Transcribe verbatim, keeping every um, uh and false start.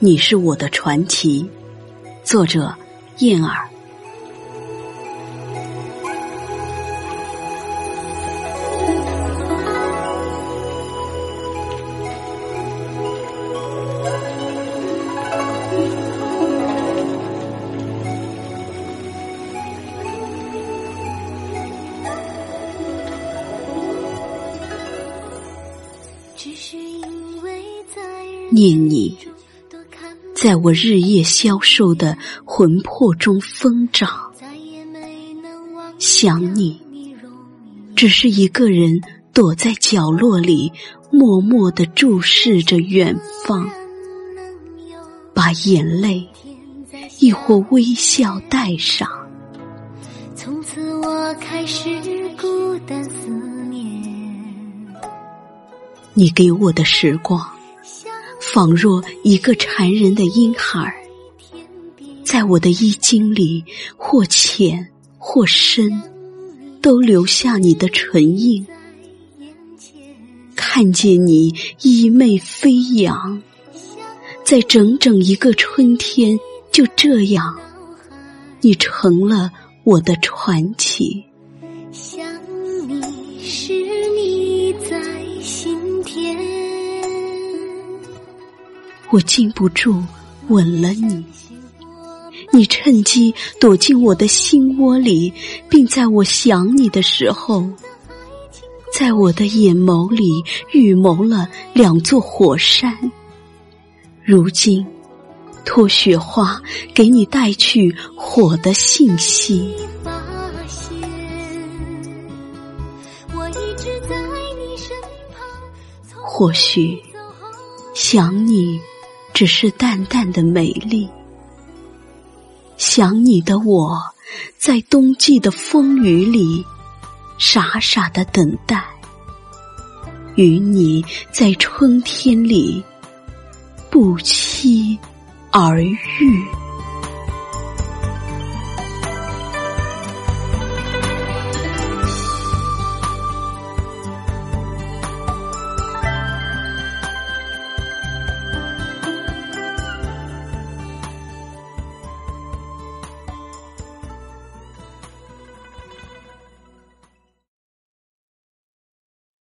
你是我的传奇。作者燕儿。念你，在我日夜消瘦的魂魄中疯长。想你，只是一个人躲在角落里，默默地注视着远方，把眼泪亦或微笑带上。 从此我开始孤单思念。 你给我的时光仿若一个缠人的婴孩，在我的衣襟里或浅或深，都留下你的唇印。看见你衣袂飞扬，在整整一个春天，就这样你成了我的传奇。 想你是你在心田， 我禁不住吻了你，你趁机躲进我的心窝里，并在我想你的时候，在我的眼眸里预谋了两座火山。如今托雪花给你带去火的信息。或许想你只是淡淡的美丽，想你的我在冬季的风雨里傻傻的等待，与你在春天里不期而遇。